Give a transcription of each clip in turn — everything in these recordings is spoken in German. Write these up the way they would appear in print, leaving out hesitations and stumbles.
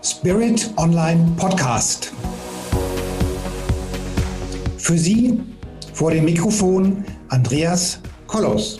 Spirit Online Podcast. Für Sie vor dem Mikrofon Andreas Kollos.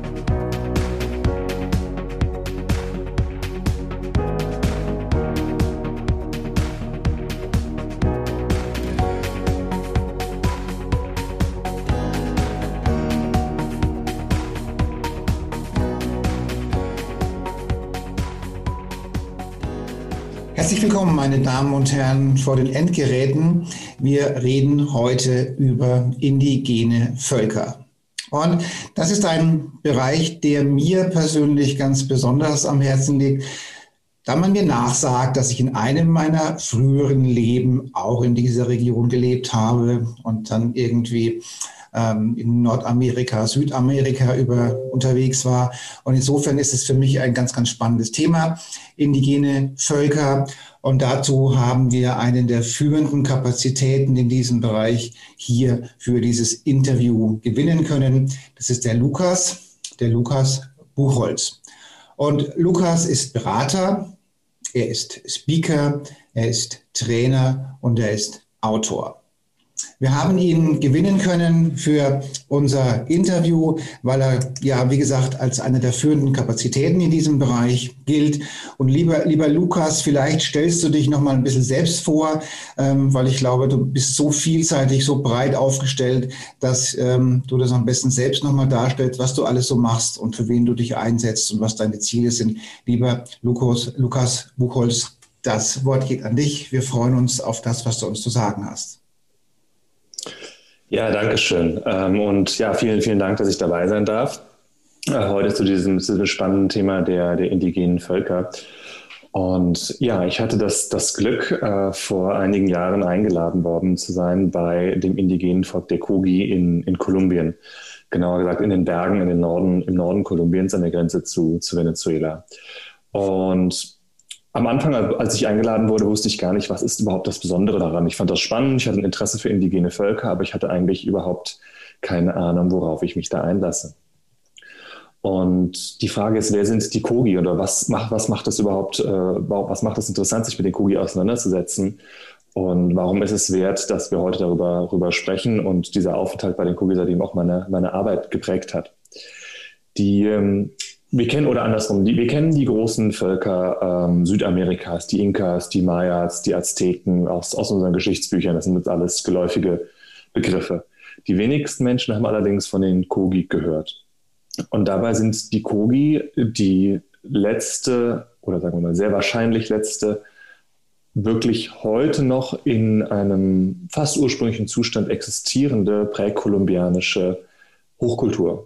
Herzlich willkommen, meine Damen und Herren, vor den Endgeräten. Wir reden heute über indigene Völker. Und das ist ein Bereich, der mir persönlich ganz besonders am Herzen liegt, da man mir nachsagt, dass ich in einem meiner früheren Leben auch in dieser Region gelebt habe und dann irgendwie in Nordamerika, Südamerika unterwegs war. Und insofern ist es für mich ein ganz, ganz spannendes Thema, indigene Völker. Und dazu haben wir einen der führenden Kapazitäten in diesem Bereich hier für dieses Interview gewinnen können. Das ist der Lukas Buchholz. Und Lukas ist Berater, er ist Speaker, er ist Trainer und er ist Autor. Wir haben ihn gewinnen können für unser Interview, weil er, ja, wie gesagt, als einer der führenden Kapazitäten in diesem Bereich gilt. Und lieber Lukas, vielleicht stellst du dich noch mal ein bisschen selbst vor, weil ich glaube, du bist so vielseitig, so breit aufgestellt, dass du das am besten selbst noch mal darstellst, was du alles so machst und für wen du dich einsetzt und was deine Ziele sind. Lieber Lukas Buchholz, das Wort geht an dich. Wir freuen uns auf das, was du uns zu sagen hast. Ja, danke schön. Und ja, vielen Dank, dass ich dabei sein darf. Heute zu diesem spannenden Thema der indigenen Völker. Und ja, ich hatte das Glück, vor einigen Jahren eingeladen worden zu sein bei dem indigenen Volk der Kogi in Kolumbien. Genauer gesagt in den Bergen im Norden Kolumbiens an der Grenze zu Venezuela. Und am Anfang, als ich eingeladen wurde, wusste ich gar nicht, was ist überhaupt das Besondere daran. Ich fand das spannend, ich hatte ein Interesse für indigene Völker, aber ich hatte eigentlich überhaupt keine Ahnung, worauf ich mich da einlasse. Und die Frage ist, wer sind die Kogi oder was macht das überhaupt, was macht es interessant, sich mit den Kogi auseinanderzusetzen? Und warum ist es wert, dass wir heute darüber sprechen und dieser Aufenthalt bei den Kogi seitdem auch meine Arbeit geprägt hat? Wir kennen die großen Völker Südamerikas, die Inkas, die Mayas, die Azteken aus unseren Geschichtsbüchern. Das sind jetzt alles geläufige Begriffe. Die wenigsten Menschen haben allerdings von den Kogi gehört. Und dabei sind die Kogi die letzte, oder sagen wir mal sehr wahrscheinlich letzte, wirklich heute noch in einem fast ursprünglichen Zustand existierende präkolumbianische Hochkultur.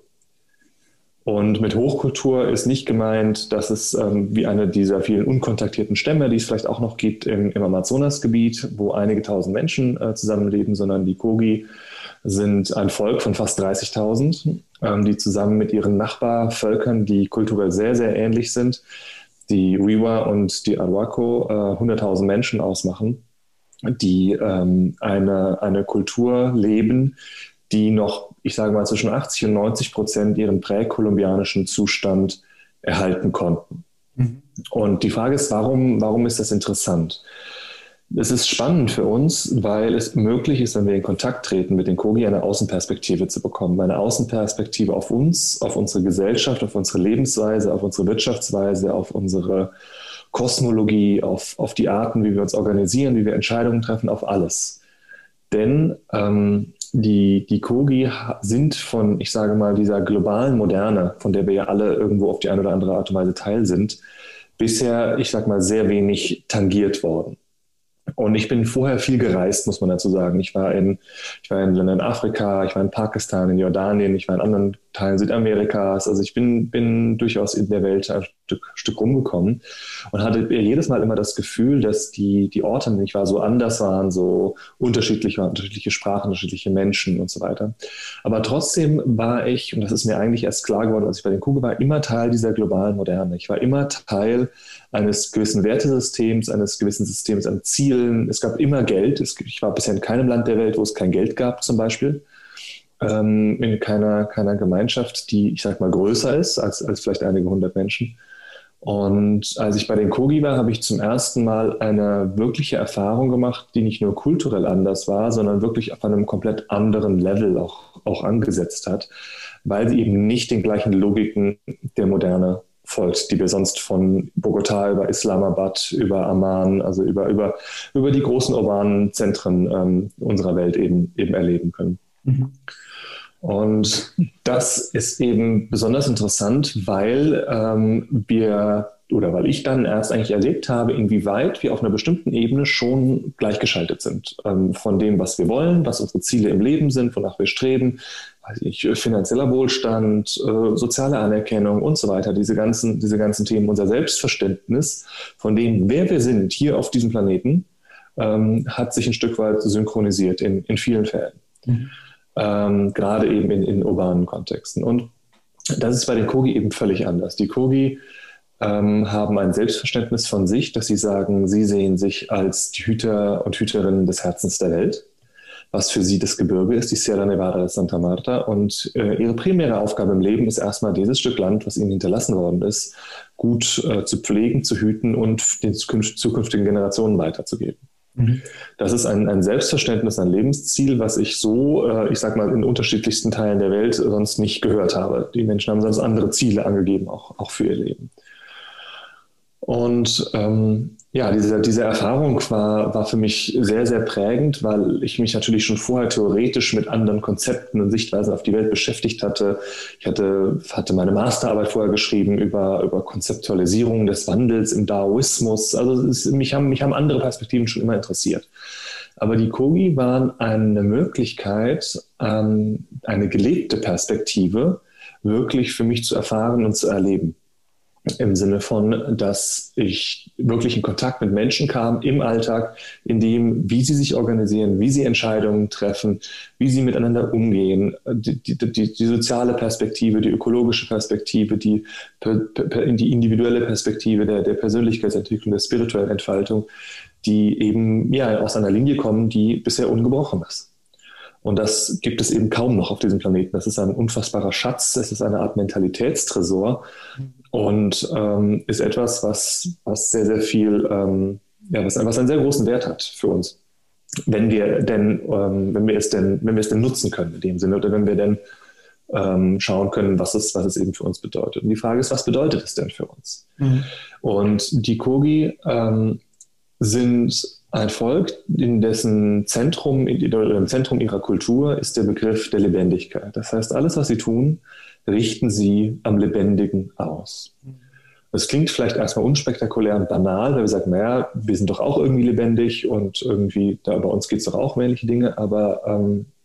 Und mit Hochkultur ist nicht gemeint, dass es wie eine dieser vielen unkontaktierten Stämme, die es vielleicht auch noch gibt im Amazonasgebiet, wo einige tausend Menschen zusammenleben, sondern die Kogi sind ein Volk von fast 30.000, die zusammen mit ihren Nachbarvölkern, die kulturell sehr, sehr ähnlich sind, die Wiwa und die Arhuaco, 100.000 Menschen ausmachen, die eine Kultur leben, die noch, ich sage mal, zwischen 80% und 90% ihren präkolumbianischen Zustand erhalten konnten. Mhm. Und die Frage ist, warum ist das interessant? Es ist spannend für uns, weil es möglich ist, wenn wir in Kontakt treten mit den Kogi, eine Außenperspektive zu bekommen. Eine Außenperspektive auf uns, auf unsere Gesellschaft, auf unsere Lebensweise, auf unsere Wirtschaftsweise, auf unsere Kosmologie, auf die Arten, wie wir uns organisieren, wie wir Entscheidungen treffen, auf alles. Denn die Kogi sind von, ich sage mal, dieser globalen Moderne, von der wir ja alle irgendwo auf die eine oder andere Art und Weise Teil sind, bisher, ich sage mal, sehr wenig tangiert worden. Und ich bin vorher viel gereist, muss man dazu sagen. Ich war in Ländern in Afrika, ich war in Pakistan, in Jordanien, ich war in anderen Teilen Südamerikas. Also ich bin durchaus in der Welt ein Stück rumgekommen und hatte jedes Mal immer das Gefühl, dass die Orte, in denen ich war, so anders waren, so unterschiedlich waren, unterschiedliche Sprachen, unterschiedliche Menschen und so weiter. Aber trotzdem war ich, und das ist mir eigentlich erst klar geworden, als ich bei den Kogi war, immer Teil dieser globalen Moderne. Ich war immer Teil eines gewissen Wertesystems, eines gewissen Systems an Zielen. Es gab immer Geld. Ich war bisher in keinem Land der Welt, wo es kein Geld gab, zum Beispiel. In keiner Gemeinschaft, die, ich sag mal, größer ist als vielleicht einige hundert Menschen. Und als ich bei den Kogi war, habe ich zum ersten Mal eine wirkliche Erfahrung gemacht, die nicht nur kulturell anders war, sondern wirklich auf einem komplett anderen Level auch angesetzt hat, weil sie eben nicht den gleichen Logiken der Moderne folgt, die wir sonst von Bogotá über Islamabad, über Amman, also über die großen urbanen Zentren unserer Welt eben erleben können. Mhm. Und das ist eben besonders interessant, weil weil ich dann erst eigentlich erlebt habe, inwieweit wir auf einer bestimmten Ebene schon gleichgeschaltet sind. Von dem, was wir wollen, was unsere Ziele im Leben sind, wonach wir streben, weiß ich, finanzieller Wohlstand, soziale Anerkennung und so weiter, diese ganzen Themen, unser Selbstverständnis von dem, wer wir sind hier auf diesem Planeten, hat sich ein Stück weit synchronisiert in vielen Fällen. Mhm. Gerade eben in urbanen Kontexten. Und das ist bei den Kogi eben völlig anders. Die Kogi haben ein Selbstverständnis von sich, dass sie sagen, sie sehen sich als die Hüter und Hüterinnen des Herzens der Welt, was für sie das Gebirge ist, die Sierra Nevada de Santa Marta. Und ihre primäre Aufgabe im Leben ist erstmal dieses Stück Land, was ihnen hinterlassen worden ist, gut zu pflegen, zu hüten und den zukünftigen Generationen weiterzugeben. Das ist ein Selbstverständnis, ein Lebensziel, was ich so, ich sag mal, in unterschiedlichsten Teilen der Welt sonst nicht gehört habe. Die Menschen haben sonst andere Ziele angegeben, auch für ihr Leben. Und diese Erfahrung war für mich sehr, sehr prägend, weil ich mich natürlich schon vorher theoretisch mit anderen Konzepten und Sichtweisen auf die Welt beschäftigt hatte. Ich hatte meine Masterarbeit vorher geschrieben über Konzeptualisierung des Wandels im Daoismus. Also mich haben andere Perspektiven schon immer interessiert. Aber die Kogi waren eine Möglichkeit, eine gelebte Perspektive wirklich für mich zu erfahren und zu erleben. Im Sinne von, dass ich wirklich in Kontakt mit Menschen kam im Alltag, in dem, wie sie sich organisieren, wie sie Entscheidungen treffen, wie sie miteinander umgehen, die soziale Perspektive, die ökologische Perspektive, die individuelle Perspektive der Persönlichkeitsentwicklung, der spirituellen Entfaltung, die eben aus einer Linie kommen, die bisher ungebrochen ist. Und das gibt es eben kaum noch auf diesem Planeten. Das ist ein unfassbarer Schatz, das ist eine Art Mentalitätstresor und ist etwas, was sehr, sehr viel, was einen sehr großen Wert hat für uns, wenn wir es denn nutzen können in dem Sinne oder wenn wir denn schauen können, was es eben für uns bedeutet. Und die Frage ist, was bedeutet es denn für uns? Mhm. Und die Kogi sind ein Volk, in dessen Zentrum, im Zentrum ihrer Kultur ist der Begriff der Lebendigkeit. Das heißt, alles, was sie tun, richten sie am Lebendigen aus. Das klingt vielleicht erstmal unspektakulär und banal, weil wir sagen, naja, wir sind doch auch irgendwie lebendig und irgendwie, bei uns geht es doch auch um ähnliche Dinge, aber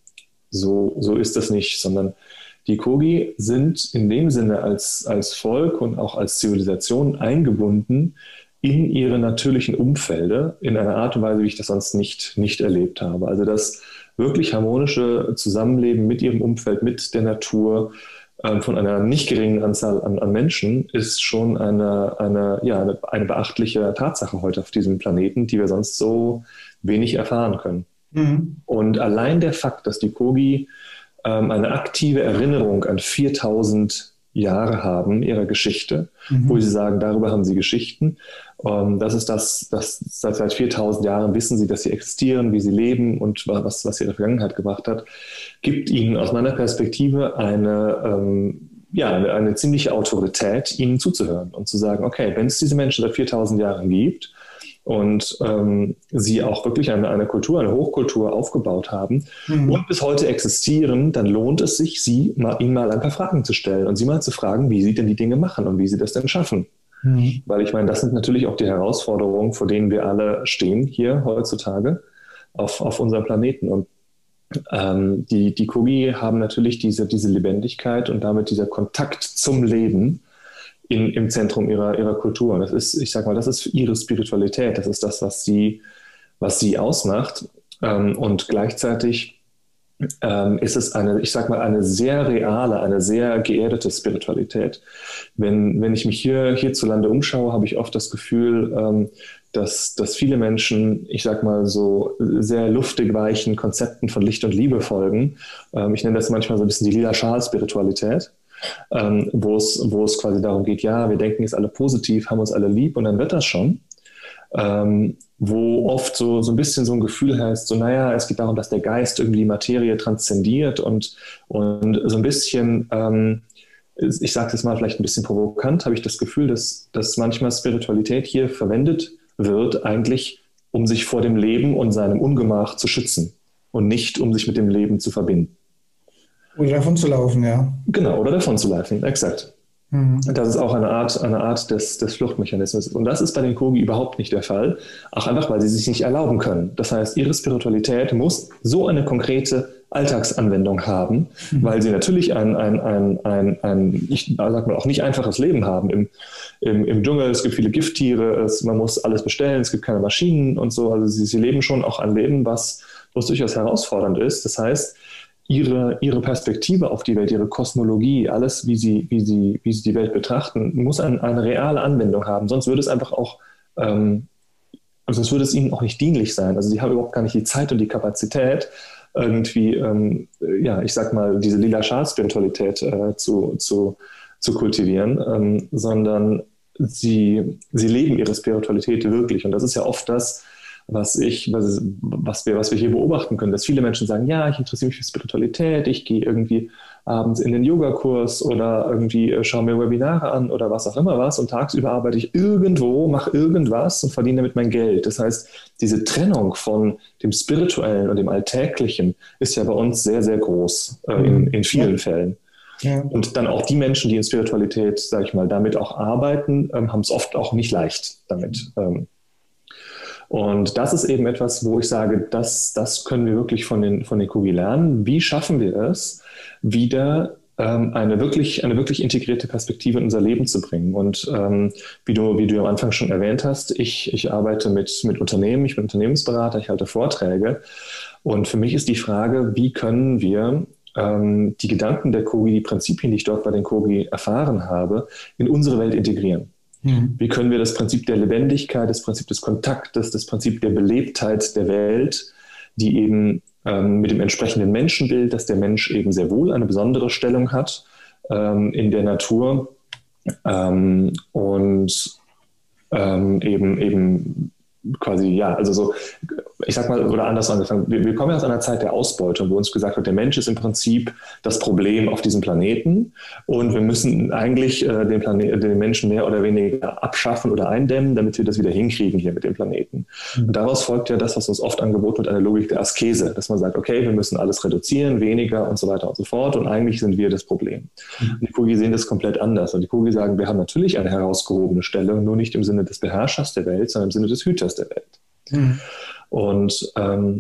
so ist das nicht, sondern die Kogi sind in dem Sinne als Volk und auch als Zivilisation eingebunden in ihre natürlichen Umfelder in einer Art und Weise, wie ich das sonst nicht erlebt habe. Also das wirklich harmonische Zusammenleben mit ihrem Umfeld, mit der Natur, von einer nicht geringen Anzahl an Menschen ist schon eine beachtliche Tatsache heute auf diesem Planeten, die wir sonst so wenig erfahren können. Mhm. Und allein der Fakt, dass die Kogi eine aktive Erinnerung an 4000 Jahre haben ihrer Geschichte, wo sie sagen, darüber haben sie Geschichten. Das ist das seit 4000 Jahren wissen sie, dass sie existieren, wie sie leben und was ihre Vergangenheit gebracht hat, gibt ihnen aus meiner Perspektive eine ziemliche Autorität, ihnen zuzuhören und zu sagen, okay, wenn es diese Menschen seit 4000 Jahren gibt und sie auch wirklich eine Kultur, eine Hochkultur aufgebaut haben und bis heute existieren, dann lohnt es sich, ihnen mal ein paar Fragen zu stellen und sie mal zu fragen, wie sie denn die Dinge machen und wie sie das denn schaffen. Weil ich meine, das sind natürlich auch die Herausforderungen, vor denen wir alle stehen hier heutzutage auf unserem Planeten. Und die Kogi haben natürlich diese Lebendigkeit und damit dieser Kontakt zum Leben im Zentrum ihrer Kultur. Und das ist, ich sag mal, das ist ihre Spiritualität. Das ist das, was sie ausmacht. Und gleichzeitig ist es eine sehr reale, eine sehr geerdete Spiritualität. Wenn ich mich hierzulande umschaue, habe ich oft das Gefühl, dass viele Menschen, ich sag mal so sehr luftig weichen Konzepten von Licht und Liebe folgen. Ich nenne das manchmal so ein bisschen die lila Schal-Spiritualität. wo es quasi darum geht, ja, wir denken jetzt alle positiv, haben uns alle lieb und dann wird das schon. Wo oft so ein bisschen so ein Gefühl heißt, so naja, es geht darum, dass der Geist irgendwie Materie transzendiert und so ein bisschen, ich sage das mal vielleicht ein bisschen provokant, habe ich das Gefühl, dass manchmal Spiritualität hier verwendet wird, eigentlich um sich vor dem Leben und seinem Ungemach zu schützen und nicht um sich mit dem Leben zu verbinden. Oder davon zu laufen, ja. Genau, oder davon zu laufen, exakt. Das ist auch eine Art des Fluchtmechanismus. Und das ist bei den Kogi überhaupt nicht der Fall. Auch einfach, weil sie sich nicht erlauben können. Das heißt, ihre Spiritualität muss so eine konkrete Alltagsanwendung haben, weil sie natürlich ich sag mal, auch nicht einfaches Leben haben. Im Dschungel, es gibt viele Gifttiere, man muss alles bestellen, es gibt keine Maschinen und so. Also sie leben schon auch ein Leben, was durchaus herausfordernd ist. Das heißt, ihre Perspektive auf die Welt, ihre Kosmologie, alles, wie sie die Welt betrachten, muss eine reale Anwendung haben. Sonst würde es einfach auch, sonst würde es ihnen auch nicht dienlich sein. Also sie haben überhaupt gar nicht die Zeit und die Kapazität, irgendwie, ich sag mal, diese lila Schal-Spiritualität zu kultivieren, sondern sie leben ihre Spiritualität wirklich. Und das ist ja oft das, was wir hier beobachten können, dass viele Menschen sagen, ja, ich interessiere mich für Spiritualität, ich gehe irgendwie abends in den Yogakurs oder irgendwie schaue mir Webinare an oder was auch immer was und tagsüber arbeite ich irgendwo, mache irgendwas und verdiene damit mein Geld. Das heißt, diese Trennung von dem Spirituellen und dem Alltäglichen ist ja bei uns sehr, sehr groß in vielen Fällen. Ja. Und dann auch die Menschen, die in Spiritualität, sage ich mal, damit auch arbeiten, haben es oft auch nicht leicht damit. Und das ist eben etwas, wo ich sage, das können wir wirklich von den Kogi lernen. Wie schaffen wir es, wieder eine wirklich integrierte Perspektive in unser Leben zu bringen? Und wie du am Anfang schon erwähnt hast, ich arbeite mit Unternehmen, ich bin Unternehmensberater, ich halte Vorträge. Und für mich ist die Frage, wie können wir die Gedanken der Kogi, die Prinzipien, die ich dort bei den Kogi erfahren habe, in unsere Welt integrieren? Wie können wir das Prinzip der Lebendigkeit, das Prinzip des Kontaktes, das Prinzip der Belebtheit der Welt, die eben mit dem entsprechenden Menschenbild, dass der Mensch eben sehr wohl eine besondere Stellung hat in der Natur eben quasi, ja, also so, ich sag mal, oder anders angefangen, wir kommen ja aus einer Zeit der Ausbeutung, wo uns gesagt wird, der Mensch ist im Prinzip das Problem auf diesem Planeten und wir müssen eigentlich den Menschen mehr oder weniger abschaffen oder eindämmen, damit wir das wieder hinkriegen hier mit dem Planeten. Und daraus folgt ja das, was uns oft angeboten wird, eine Logik der Askese, dass man sagt, okay, wir müssen alles reduzieren, weniger und so weiter und so fort und eigentlich sind wir das Problem. Und die Kogi sehen das komplett anders und die Kogi sagen, wir haben natürlich eine herausgehobene Stellung, nur nicht im Sinne des Beherrschers der Welt, sondern im Sinne des Hüters der Welt. Und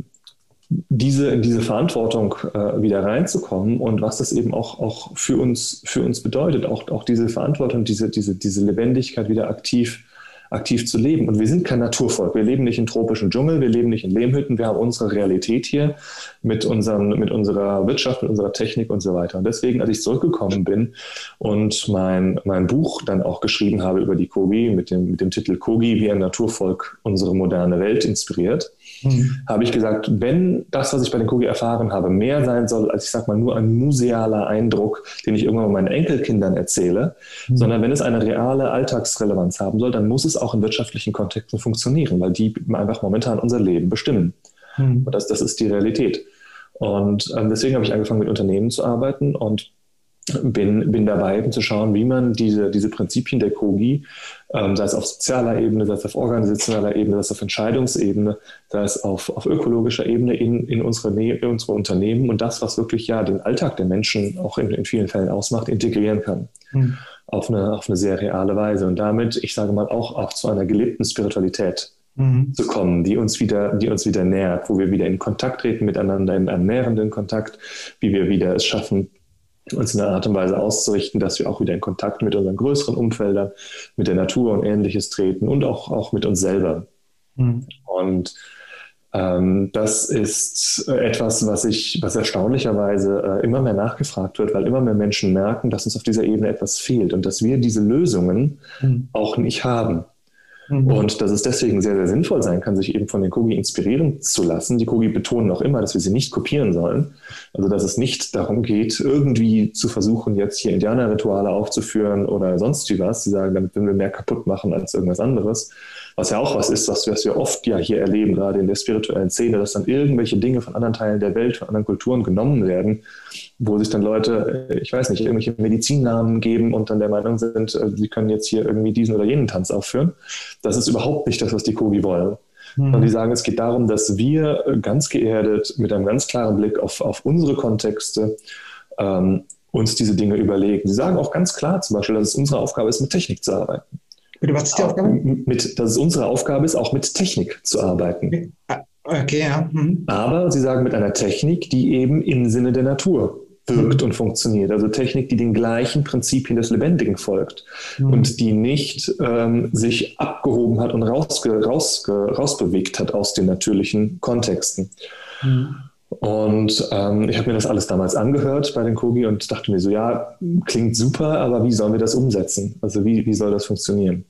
diese Verantwortung wieder reinzukommen und was das eben auch für uns bedeutet, auch diese Verantwortung, diese Lebendigkeit wieder aktiv zu leben. Und wir sind kein Naturvolk. Wir leben nicht im tropischen Dschungel, wir leben nicht in Lehmhütten, wir haben unsere Realität hier mit unserer Wirtschaft, mit unserer Technik und so weiter. Und deswegen, als ich zurückgekommen bin und mein Buch dann auch geschrieben habe über die Kogi mit dem Titel Kogi, wie ein Naturvolk unsere moderne Welt inspiriert, habe ich gesagt, wenn das, was ich bei den Kogi erfahren habe, mehr sein soll, als ich sag mal nur ein musealer Eindruck, den ich irgendwann meinen Enkelkindern erzähle, sondern wenn es eine reale Alltagsrelevanz haben soll, dann muss es auch in wirtschaftlichen Kontexten funktionieren, weil die einfach momentan unser Leben bestimmen. Und das ist die Realität. Und deswegen habe ich angefangen, mit Unternehmen zu arbeiten und bin dabei, zu schauen, wie man diese Prinzipien der Kogi, sei es auf sozialer Ebene, sei es auf organisationaler Ebene, sei es auf Entscheidungsebene, sei es auf ökologischer Ebene in unsere Unternehmen und das, was wirklich ja den Alltag der Menschen auch in vielen Fällen ausmacht, integrieren kann. Auf eine sehr reale Weise und damit, ich sage mal, auch zu einer gelebten Spiritualität zu kommen, die uns wieder nährt, wo wir wieder in Kontakt treten miteinander, in einen nährenden Kontakt, wie wir wieder es schaffen, uns in einer Art und Weise auszurichten, dass wir auch wieder in Kontakt mit unseren größeren Umfeldern, mit der Natur und Ähnliches treten und auch mit uns selber. Und das ist etwas, was erstaunlicherweise immer mehr nachgefragt wird, weil immer mehr Menschen merken, dass uns auf dieser Ebene etwas fehlt und dass wir diese Lösungen auch nicht haben. Und dass es deswegen sehr, sehr sinnvoll sein kann, sich eben von den Kogi inspirieren zu lassen. Die Kogi betonen auch immer, dass wir sie nicht kopieren sollen. Also dass es nicht darum geht, irgendwie zu versuchen, jetzt hier Indianerrituale aufzuführen oder sonst wie was. Sie sagen, damit würden wir mehr kaputt machen als irgendwas anderes. Was ja auch was ist, was wir oft ja hier erleben, gerade in der spirituellen Szene, dass dann irgendwelche Dinge von anderen Teilen der Welt, von anderen Kulturen genommen werden, wo sich dann Leute, ich weiß nicht, irgendwelche Medizinnamen geben und dann der Meinung sind, sie können jetzt hier irgendwie diesen oder jenen Tanz aufführen. Das ist überhaupt nicht das, was die Kogi wollen. Und die sagen, es geht darum, dass wir ganz geerdet, mit einem ganz klaren Blick auf unsere Kontexte, uns diese Dinge überlegen. Sie sagen auch ganz klar zum Beispiel, dass es unsere Aufgabe ist, mit Technik zu arbeiten. Bitte, was ist die Aufgabe? Dass es unsere Aufgabe ist, auch mit Technik zu arbeiten. Okay, ja. Aber sie sagen mit einer Technik, die eben im Sinne der Natur wirkt und funktioniert. Also Technik, die den gleichen Prinzipien des Lebendigen folgt und die nicht sich abgehoben hat und rausbewegt hat aus den natürlichen Kontexten. Und ich habe mir das alles damals angehört bei den Kogi und dachte mir so, ja, klingt super, aber wie sollen wir das umsetzen? Also wie soll das funktionieren?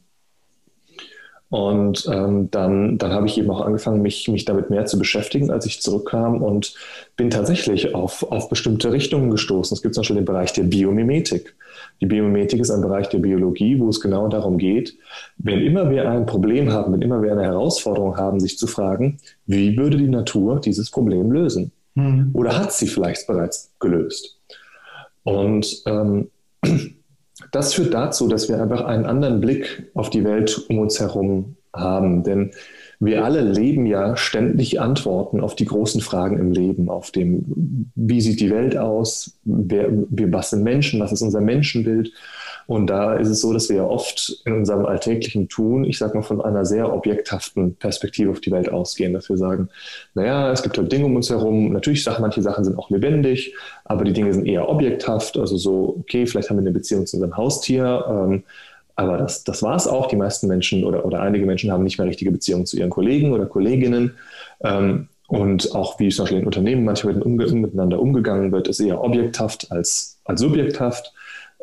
Und dann habe ich eben auch angefangen, mich damit mehr zu beschäftigen, als ich zurückkam und bin tatsächlich auf bestimmte Richtungen gestoßen. Es gibt zum Beispiel den Bereich der Biomimetik. Die Biomimetik ist ein Bereich der Biologie, wo es genau darum geht, wenn immer wir ein Problem haben, wenn immer wir eine Herausforderung haben, sich zu fragen, wie würde die Natur dieses Problem lösen? Oder hat sie vielleicht bereits gelöst? Und das führt dazu, dass wir einfach einen anderen Blick auf die Welt um uns herum haben. Denn wir alle leben ja ständig Antworten auf die großen Fragen im Leben, auf dem, wie sieht die Welt aus, was sind Menschen, was ist unser Menschenbild. Und da ist es so, dass wir ja oft in unserem alltäglichen Tun, ich sage mal, von einer sehr objekthaften Perspektive auf die Welt ausgehen, dass wir sagen, naja, es gibt halt Dinge um uns herum, natürlich manche Sachen sind auch lebendig, aber die Dinge sind eher objekthaft, also so, okay, vielleicht haben wir eine Beziehung zu unserem Haustier, aber das war es auch. Die meisten Menschen oder einige Menschen haben nicht mehr richtige Beziehungen zu ihren Kollegen oder Kolleginnen. Und auch wie zum Beispiel in Unternehmen manchmal miteinander umgegangen wird, ist eher objekthaft als subjekthaft.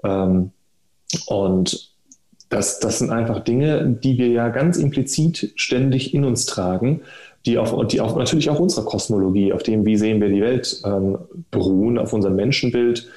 Und das sind einfach Dinge, die wir ja ganz implizit ständig in uns tragen, die auf natürlich auch unserer Kosmologie, auf dem, wie sehen wir die Welt, beruhen, auf unserem Menschenbild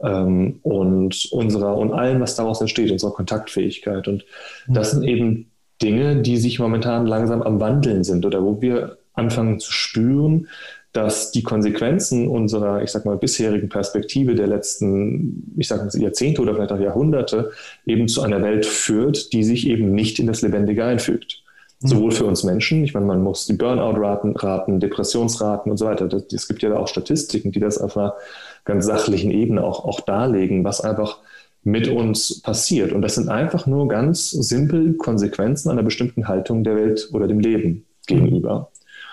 und allem, was daraus entsteht, unserer Kontaktfähigkeit. Und das sind eben Dinge, die sich momentan langsam am Wandeln sind oder wo wir anfangen zu spüren, dass die Konsequenzen unserer, ich sag mal, bisherigen Perspektive der letzten, ich sag mal, Jahrzehnte oder vielleicht auch Jahrhunderte eben zu einer Welt führt, die sich eben nicht in das Lebendige einfügt. Sowohl für uns Menschen, ich meine, man muss die Burnout-Raten, Depressionsraten und so weiter, es gibt ja auch Statistiken, die das auf einer ganz sachlichen Ebene auch darlegen, was einfach mit uns passiert. Und das sind einfach nur ganz simpel Konsequenzen einer bestimmten Haltung der Welt oder dem Leben gegenüber.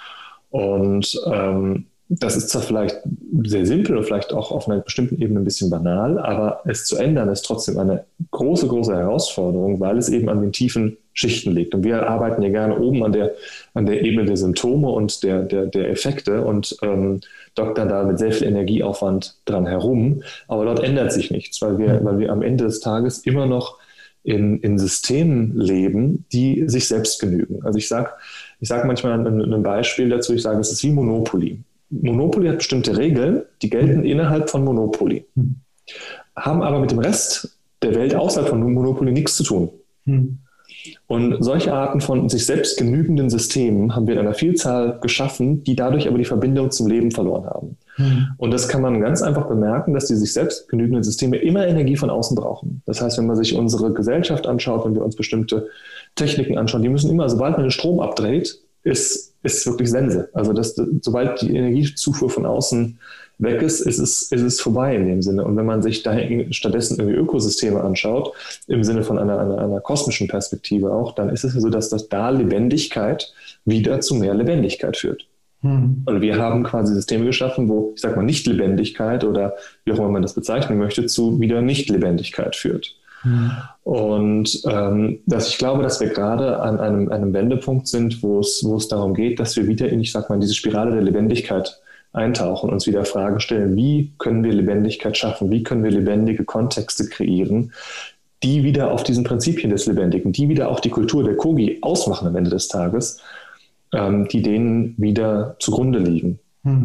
Und das ist zwar vielleicht sehr simpel und vielleicht auch auf einer bestimmten Ebene ein bisschen banal, aber es zu ändern ist trotzdem eine große, große Herausforderung, weil es eben an den tiefen Schichten liegt. Und wir arbeiten ja gerne oben an der Ebene der Symptome und der Effekte und doktern da mit sehr viel Energieaufwand dran herum. Aber dort ändert sich nichts, weil wir am Ende des Tages immer noch in Systemen leben, die sich selbst genügen. Also ich sag manchmal ein Beispiel dazu, ich sage, es ist wie Monopoly. Monopoly hat bestimmte Regeln, die gelten innerhalb von Monopoly, haben aber mit dem Rest der Welt außerhalb von Monopoly nichts zu tun. Und solche Arten von sich selbst genügenden Systemen haben wir in einer Vielzahl geschaffen, die dadurch aber die Verbindung zum Leben verloren haben. Und das kann man ganz einfach bemerken, dass die sich selbst genügenden Systeme immer Energie von außen brauchen. Das heißt, wenn man sich unsere Gesellschaft anschaut, wenn wir uns bestimmte Techniken anschauen, die müssen immer, sobald man den Strom abdreht, ist wirklich Sense. Also sobald die Energiezufuhr von außen weg ist, ist es vorbei in dem Sinne. Und wenn man sich da stattdessen irgendwie Ökosysteme anschaut, im Sinne von einer kosmischen Perspektive auch, dann ist es so, dass da Lebendigkeit wieder zu mehr Lebendigkeit führt. Und wir haben quasi Systeme geschaffen, wo, ich sag mal, Nicht-Lebendigkeit oder wie auch immer man das bezeichnen möchte, zu wieder Nicht-Lebendigkeit führt. Und ich glaube, dass wir gerade an einem Wendepunkt sind, wo es darum geht, dass wir wieder in diese Spirale der Lebendigkeit eintauchen, uns wieder Fragen stellen, wie können wir Lebendigkeit schaffen, wie können wir lebendige Kontexte kreieren, die wieder auf diesen Prinzipien des Lebendigen, die wieder auch die Kultur der Kogi ausmachen am Ende des Tages, die denen wieder zugrunde liegen.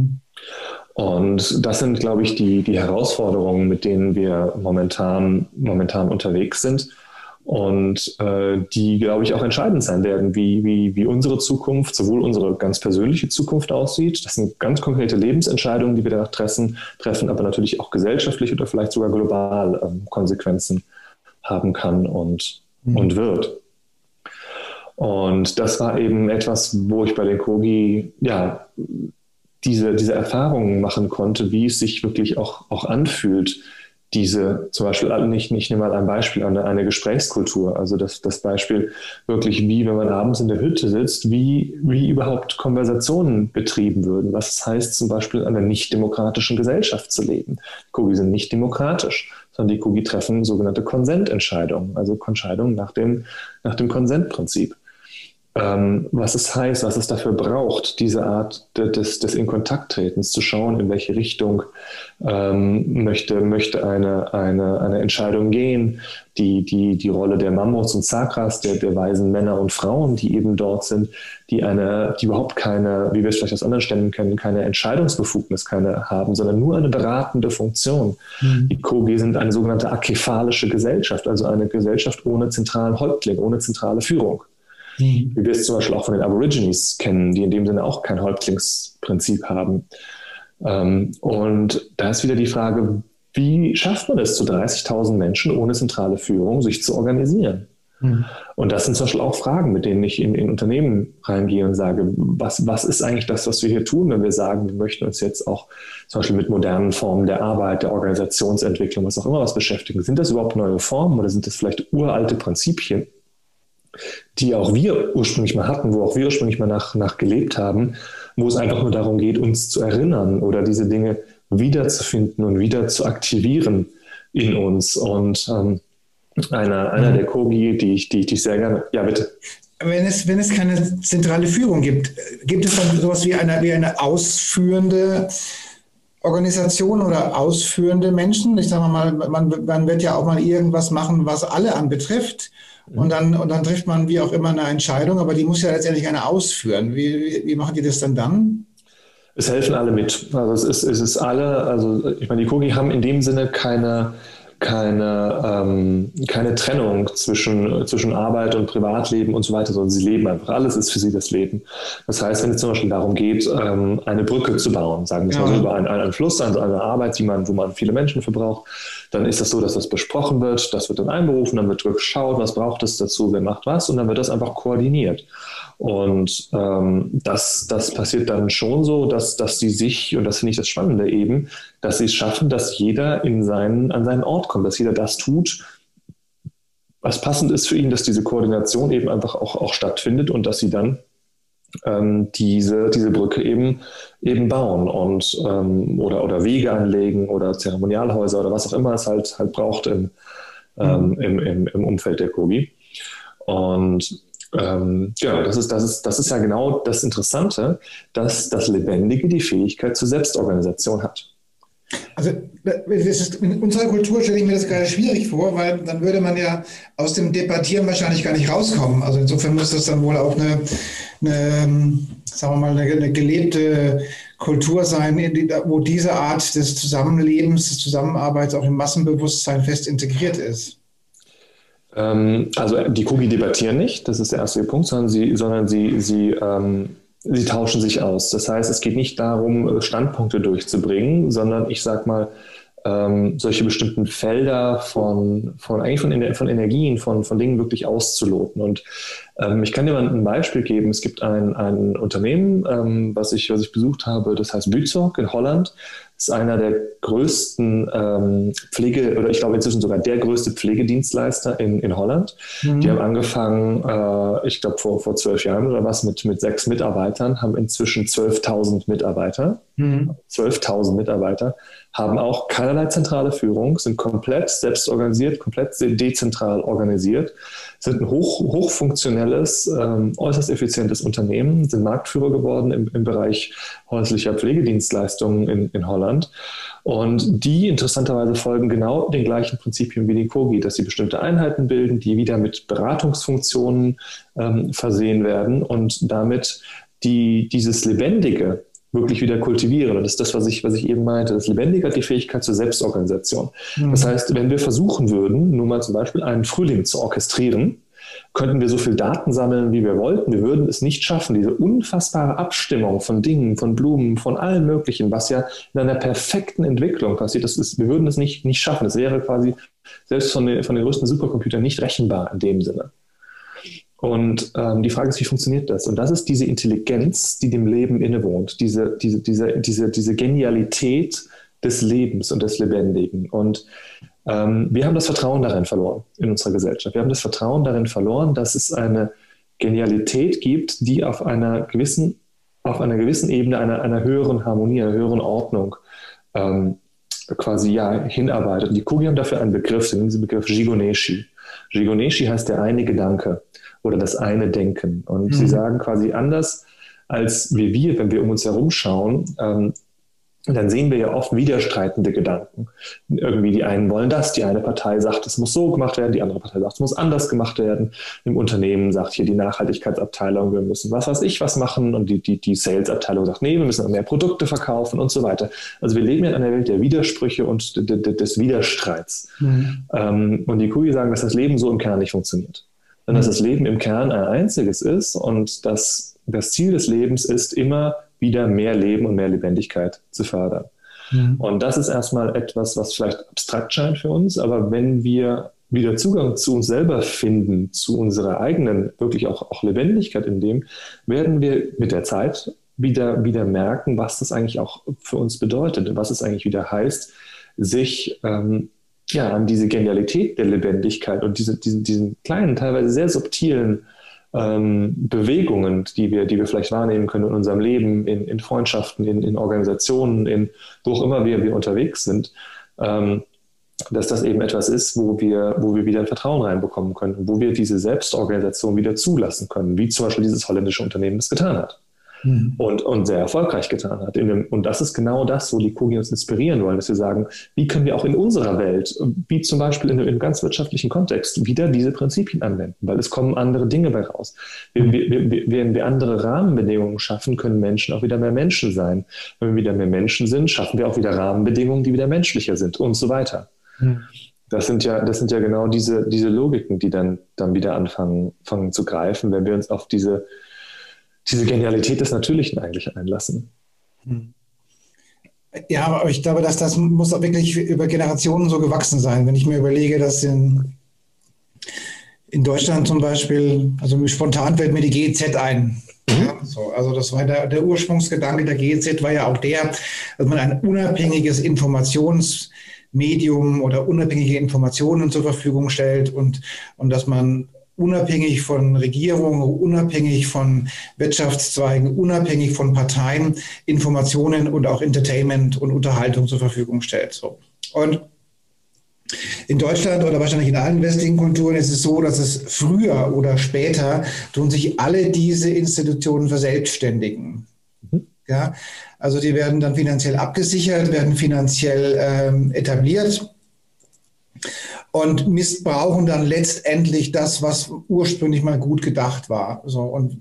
Und das sind, glaube ich, die Herausforderungen, mit denen wir momentan unterwegs sind und die, glaube ich, auch entscheidend sein werden, wie unsere Zukunft, sowohl unsere ganz persönliche Zukunft aussieht. Das sind ganz konkrete Lebensentscheidungen, die wir danach treffen, aber natürlich auch gesellschaftlich oder vielleicht sogar global Konsequenzen haben kann und wird. Und das war eben etwas, wo ich bei den Kogi diese Erfahrungen machen konnte, wie es sich wirklich auch anfühlt, zum Beispiel, ich nehme mal ein Beispiel, eine Gesprächskultur, also das Beispiel wirklich, wie wenn man abends in der Hütte sitzt, wie überhaupt Konversationen betrieben würden, was es heißt, zum Beispiel in einer nicht-demokratischen Gesellschaft zu leben. Die Kogi sind nicht demokratisch, sondern die Kogi treffen sogenannte Konsententscheidungen, also Entscheidungen nach dem Konsentprinzip. Was es heißt, was es dafür braucht, diese Art des In-Kontakt-Tretens, zu schauen, in welche Richtung möchte eine Entscheidung gehen, die Rolle der Mammuts und Sakras, der weisen Männer und Frauen, die eben dort sind, die überhaupt keine, wie wir es vielleicht aus anderen Stämmen kennen, keine Entscheidungsbefugnis haben, sondern nur eine beratende Funktion. Die Kogi sind eine sogenannte akephalische Gesellschaft, also eine Gesellschaft ohne zentralen Häuptling, ohne zentrale Führung. Wie wir es zum Beispiel auch von den Aborigines kennen, die in dem Sinne auch kein Häuptlingsprinzip haben. Und da ist wieder die Frage, wie schafft man es, zu 30.000 Menschen ohne zentrale Führung sich zu organisieren? Und das sind zum Beispiel auch Fragen, mit denen ich in Unternehmen reingehe und sage, was ist eigentlich das, was wir hier tun, wenn wir sagen, wir möchten uns jetzt auch zum Beispiel mit modernen Formen der Arbeit, der Organisationsentwicklung, was auch immer was beschäftigen. Sind das überhaupt neue Formen oder sind das vielleicht uralte Prinzipien, die auch wir ursprünglich mal hatten, wo auch wir ursprünglich mal nach gelebt haben, wo es einfach nur darum geht, uns zu erinnern oder diese Dinge wiederzufinden und wieder zu aktivieren in uns. Und einer der Kogi, die ich sehr gerne... Ja, bitte. Wenn es keine zentrale Führung gibt es dann sowas wie eine ausführende Organisation oder ausführende Menschen? Ich sage mal, man wird ja auch mal irgendwas machen, was alle anbetrifft. Und dann trifft man wie auch immer eine Entscheidung, aber die muss ja letztendlich einer ausführen. Wie machen die das dann? Es helfen alle mit. Also es ist alle, also ich meine, die Kogi haben in dem Sinne keine Trennung zwischen Arbeit und Privatleben und so weiter, sondern sie leben einfach. Alles ist für sie das Leben. Das heißt, wenn es zum Beispiel darum geht, eine Brücke zu bauen, sagen wir mal so, über einen Fluss, also eine Arbeit, wo man viele Menschen für braucht, dann ist das so, dass das besprochen wird, das wird dann einberufen, dann wird geschaut, was braucht es dazu, wer macht was, und dann wird das einfach koordiniert. Und das passiert dann schon so, dass sie sich, und das finde ich das Spannende eben, dass sie es schaffen, dass jeder an seinen Ort kommt, dass jeder das tut, was passend ist für ihn, dass diese Koordination eben einfach auch stattfindet und dass sie dann diese Brücke eben bauen und oder Wege anlegen oder Zeremonialhäuser oder was auch immer es halt braucht im Umfeld der Kogi. Und genau, das ist ja genau das Interessante, dass das Lebendige die Fähigkeit zur Selbstorganisation hat. Also in unserer Kultur stelle ich mir das gerade schwierig vor, weil dann würde man ja aus dem Debattieren wahrscheinlich gar nicht rauskommen. Also insofern muss das dann wohl auch eine gelebte Kultur sein, wo diese Art des Zusammenlebens, des Zusammenarbeits auch im Massenbewusstsein fest integriert ist. Also die Kogi debattieren nicht, das ist der erste Punkt, sondern sie tauschen sich aus. Das heißt, es geht nicht darum, Standpunkte durchzubringen, sondern ich sag mal, solche bestimmten Felder von Energien, von Dingen wirklich auszuloten. Und ich kann dir mal ein Beispiel geben. Es gibt ein Unternehmen, was ich besucht habe, das heißt Buurtzorg in Holland. Das ist einer der größten oder ich glaube inzwischen sogar der größte Pflegedienstleister in Holland. Die haben angefangen, ich glaube vor 12 Jahren oder was, mit 6 Mitarbeitern, haben inzwischen 12.000 Mitarbeiter. 12.000 Mitarbeiter, haben auch keinerlei zentrale Führung, sind komplett selbst organisiert, komplett dezentral organisiert, sind ein hochfunktionelles digitales, äußerst effizientes Unternehmen, sind Marktführer geworden im Bereich häuslicher Pflegedienstleistungen in Holland. Und die interessanterweise folgen genau den gleichen Prinzipien wie die Kogi, dass sie bestimmte Einheiten bilden, die wieder mit Beratungsfunktionen versehen werden und damit dieses Lebendige wirklich wieder kultivieren. Und das ist das, was ich eben meinte. Das Lebendige hat die Fähigkeit zur Selbstorganisation. Das heißt, wenn wir versuchen würden, nur mal zum Beispiel einen Frühling zu orchestrieren, könnten wir so viel Daten sammeln, wie wir wollten. Wir würden es nicht schaffen, diese unfassbare Abstimmung von Dingen, von Blumen, von allem Möglichen, was ja in einer perfekten Entwicklung passiert. Wir würden es nicht schaffen. Es wäre quasi selbst von den größten Supercomputern nicht rechenbar in dem Sinne. Und die Frage ist, wie funktioniert das? Und das ist diese Intelligenz, die dem Leben innewohnt, diese Genialität des Lebens und des Lebendigen. Und wir haben das Vertrauen darin verloren in unserer Gesellschaft. Wir haben das Vertrauen darin verloren, dass es eine Genialität gibt, die auf einer gewissen Ebene einer höheren Harmonie, einer höheren Ordnung quasi hinarbeitet. Und die Kogi haben dafür einen Begriff, den nennen sie Begriff Jigoneshi. Jigoneshi heißt der eine Gedanke oder das eine Denken. Und sie sagen quasi anders als wir, wenn wir um uns herum schauen, dann sehen wir ja oft widerstreitende Gedanken. Irgendwie die einen wollen das, die eine Partei sagt, es muss so gemacht werden, die andere Partei sagt, es muss anders gemacht werden. Im Unternehmen sagt hier die Nachhaltigkeitsabteilung, wir müssen was machen und die Sales-Abteilung sagt, nee, wir müssen mehr Produkte verkaufen und so weiter. Also wir leben in einer Welt der Widersprüche und des Widerstreits. Und die Kogi sagen, dass das Leben so im Kern nicht funktioniert. Sondern dass das Leben im Kern ein einziges ist und dass das Ziel des Lebens ist, immer wieder mehr Leben und mehr Lebendigkeit zu fördern. Und das ist erstmal etwas, was vielleicht abstrakt scheint für uns, aber wenn wir wieder Zugang zu uns selber finden, zu unserer eigenen, wirklich auch Lebendigkeit in dem, werden wir mit der Zeit wieder merken, was das eigentlich auch für uns bedeutet und was es eigentlich wieder heißt, sich an diese Genialität der Lebendigkeit und diesen kleinen, teilweise sehr subtilen Bewegungen, die wir vielleicht wahrnehmen können in unserem Leben, in Freundschaften, in Organisationen, wo auch immer wir unterwegs sind, dass das eben etwas ist, wo wir wieder ein Vertrauen reinbekommen können, wo wir diese Selbstorganisation wieder zulassen können, wie zum Beispiel dieses holländische Unternehmen es getan hat. Und sehr erfolgreich getan hat. Und das ist genau das, wo die Kogi uns inspirieren wollen, dass wir sagen, wie können wir auch in unserer Welt, wie zum Beispiel in einem ganz wirtschaftlichen Kontext, wieder diese Prinzipien anwenden, weil es kommen andere Dinge bei raus. Wenn wir andere Rahmenbedingungen schaffen, können Menschen auch wieder mehr Menschen sein. Wenn wir wieder mehr Menschen sind, schaffen wir auch wieder Rahmenbedingungen, die wieder menschlicher sind und so weiter. Das sind ja genau diese Logiken, die dann wieder anfangen zu greifen, wenn wir uns auf diese Genialität des Natürlichen eigentlich einlassen. Ja, aber ich glaube, dass das muss auch wirklich über Generationen so gewachsen sein. Wenn ich mir überlege, dass in Deutschland zum Beispiel, also spontan fällt mir die GEZ ein. Ja, so, also das war der Ursprungsgedanke der GEZ war ja auch der, dass man ein unabhängiges Informationsmedium oder unabhängige Informationen zur Verfügung stellt und dass man unabhängig von Regierungen, unabhängig von Wirtschaftszweigen, unabhängig von Parteien Informationen und auch Entertainment und Unterhaltung zur Verfügung stellt. So. Und in Deutschland oder wahrscheinlich in allen westlichen Kulturen ist es so, dass es früher oder später tun sich alle diese Institutionen verselbstständigen. Ja, also die werden dann finanziell abgesichert, werden finanziell etabliert und missbrauchen dann letztendlich das, was ursprünglich mal gut gedacht war. So, und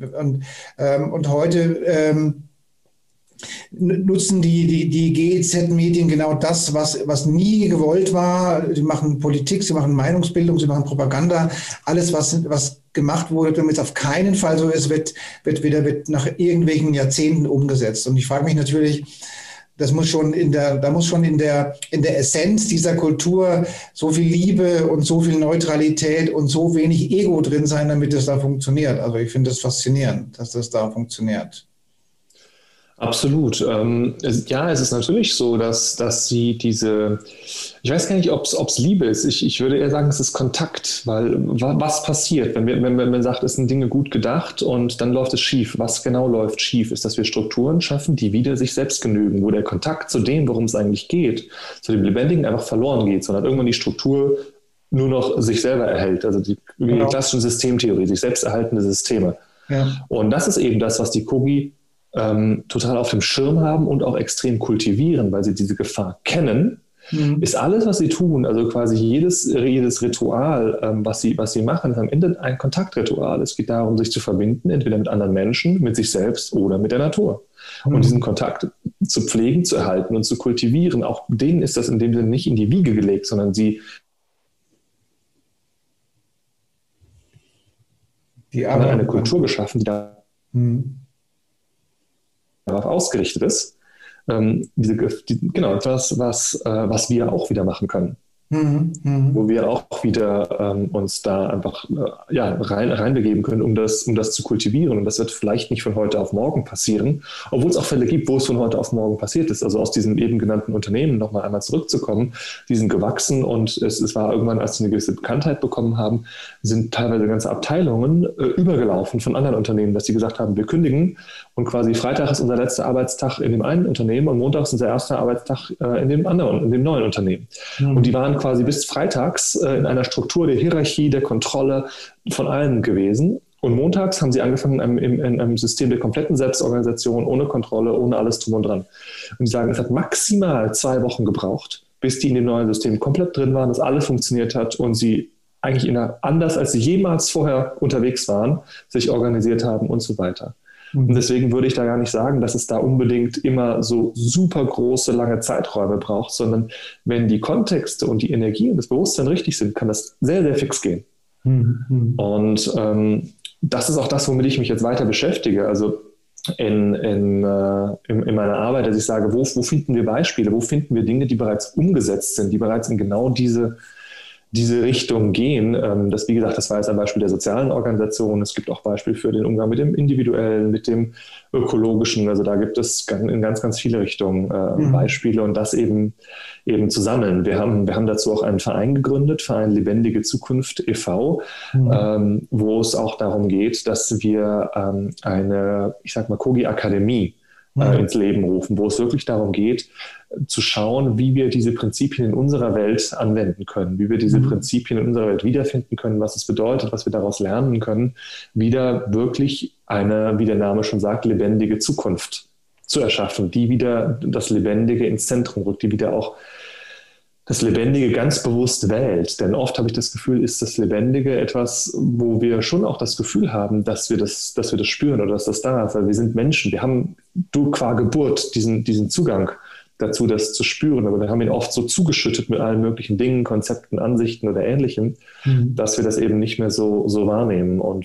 heute nutzen die GEZ-Medien genau das, was nie gewollt war. Sie machen Politik, sie machen Meinungsbildung, sie machen Propaganda. Alles, was gemacht wurde, damit es auf keinen Fall so ist, wird nach irgendwelchen Jahrzehnten umgesetzt. Und ich frage mich natürlich, da muss schon in der Essenz dieser Kultur so viel Liebe und so viel Neutralität und so wenig Ego drin sein, damit es da funktioniert. Also ich finde es faszinierend, dass das da funktioniert. Absolut. Es ist natürlich so, dass sie ich weiß gar nicht, ob es Liebe ist. Ich würde eher sagen, es ist Kontakt, weil was passiert, wenn man sagt, es sind Dinge gut gedacht und dann läuft es schief. Was genau läuft schief? Ist, dass wir Strukturen schaffen, die wieder sich selbst genügen, wo der Kontakt zu dem, worum es eigentlich geht, zu dem Lebendigen einfach verloren geht, sondern irgendwann die Struktur nur noch sich selber erhält. Also die klassische Systemtheorie, sich selbst erhaltende Systeme. Ja. Und das ist eben das, was die Kogi total auf dem Schirm haben und auch extrem kultivieren, weil sie diese Gefahr kennen. Ist alles, was sie tun, also quasi jedes Ritual, was sie machen, ist am Ende ein Kontaktritual. Es geht darum, sich zu verbinden, entweder mit anderen Menschen, mit sich selbst oder mit der Natur. Und diesen Kontakt zu pflegen, zu erhalten und zu kultivieren, auch denen ist das in dem Sinne nicht in die Wiege gelegt, sondern sie haben eine Kultur geschaffen, die darauf ausgerichtet ist. Etwas, was wir auch wieder machen können. Wo wir auch wieder uns da einfach reinbegeben können, um das zu kultivieren. Und das wird vielleicht nicht von heute auf morgen passieren, obwohl es auch Fälle gibt, wo es von heute auf morgen passiert ist. Also aus diesem eben genannten Unternehmen nochmal einmal zurückzukommen, die sind gewachsen und es war irgendwann, als sie eine gewisse Bekanntheit bekommen haben, sind teilweise ganze Abteilungen übergelaufen von anderen Unternehmen, dass sie gesagt haben, wir kündigen und quasi Freitag ist unser letzter Arbeitstag in dem einen Unternehmen und Montag ist unser erster Arbeitstag in dem neuen Unternehmen. Und die waren quasi bis freitags in einer Struktur der Hierarchie, der Kontrolle von allen gewesen. Und montags haben sie angefangen in einem System der kompletten Selbstorganisation, ohne Kontrolle, ohne alles drum und dran. Und sie sagen, es hat maximal 2 Wochen gebraucht, bis die in dem neuen System komplett drin waren, dass alles funktioniert hat und sie eigentlich anders, als sie jemals vorher unterwegs waren, sich organisiert haben und so weiter. Und deswegen würde ich da gar nicht sagen, dass es da unbedingt immer so super große, lange Zeiträume braucht, sondern wenn die Kontexte und die Energie und das Bewusstsein richtig sind, kann das sehr, sehr fix gehen. Und das ist auch das, womit ich mich jetzt weiter beschäftige. Also in meiner Arbeit, dass ich sage, wo finden wir Beispiele, wo finden wir Dinge, die bereits umgesetzt sind, die bereits in genau diese Richtung gehen. Wie gesagt, das war jetzt ein Beispiel der sozialen Organisation. Es gibt auch Beispiele für den Umgang mit dem Individuellen, mit dem Ökologischen. Also da gibt es in ganz, ganz viele Richtungen Beispiele und das eben zu sammeln. Wir haben dazu auch einen Verein gegründet, Verein Lebendige Zukunft e.V., wo es auch darum geht, dass wir eine, ich sag mal, Kogi-Akademie ins Leben rufen, wo es wirklich darum geht, zu schauen, wie wir diese Prinzipien in unserer Welt anwenden können, wie wir diese Prinzipien in unserer Welt wiederfinden können, was es bedeutet, was wir daraus lernen können, wieder wirklich eine, wie der Name schon sagt, lebendige Zukunft zu erschaffen, die wieder das Lebendige ins Zentrum rückt, die wieder auch das Lebendige ganz bewusst wählt. Denn oft habe ich das Gefühl, ist das Lebendige etwas, wo wir schon auch das Gefühl haben, dass wir das spüren oder dass das da ist. Weil wir sind Menschen. Wir haben qua Geburt diesen Zugang dazu, das zu spüren. Aber wir haben ihn oft so zugeschüttet mit allen möglichen Dingen, Konzepten, Ansichten oder Ähnlichem, dass wir das eben nicht mehr so wahrnehmen. Und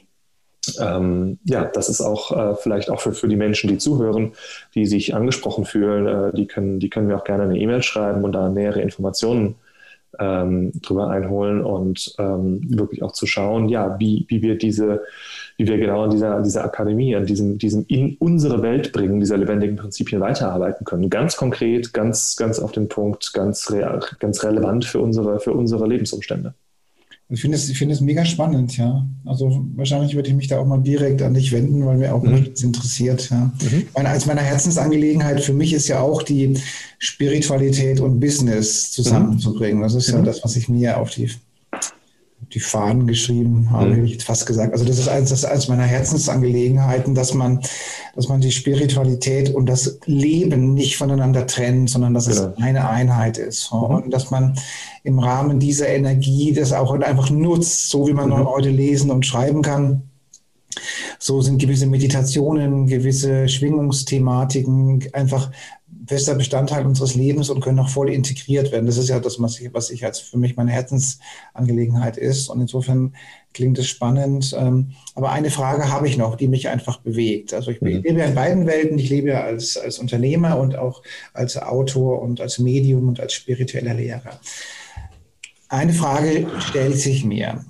das ist auch vielleicht auch für die Menschen, die zuhören, die sich angesprochen fühlen, die können mir auch gerne eine E-Mail schreiben und da nähere Informationen drüber einholen und wirklich auch zu schauen, wie wir genau an dieser Akademie, an diesem in unsere Welt bringen, dieser lebendigen Prinzipien weiterarbeiten können. Ganz konkret, ganz, ganz auf den Punkt, ganz relevant für unsere Lebensumstände. Ich finde es mega spannend, ja. Also wahrscheinlich würde ich mich da auch mal direkt an dich wenden, weil mir auch nichts interessiert. Ja. Als meiner Herzensangelegenheit für mich ist ja auch die Spiritualität und Business zusammenzubringen. Das ist ja das, was ich mir auf die Fahnen geschrieben habe, hätte ich jetzt fast gesagt. Also das ist eines meiner Herzensangelegenheiten, dass man die Spiritualität und das Leben nicht voneinander trennt, sondern dass es eine Einheit ist. Und dass man im Rahmen dieser Energie das auch einfach nutzt, so wie man heute lesen und schreiben kann. So sind gewisse Meditationen, gewisse Schwingungsthematiken einfach fester Bestandteil unseres Lebens und können auch voll integriert werden. Das ist ja das, was ich als für mich meine Herzensangelegenheit ist. Und insofern klingt es spannend. Aber eine Frage habe ich noch, die mich einfach bewegt. Also ich lebe ja in beiden Welten. Ich lebe ja als Unternehmer und auch als Autor und als Medium und als spiritueller Lehrer. Eine Frage stellt sich mir.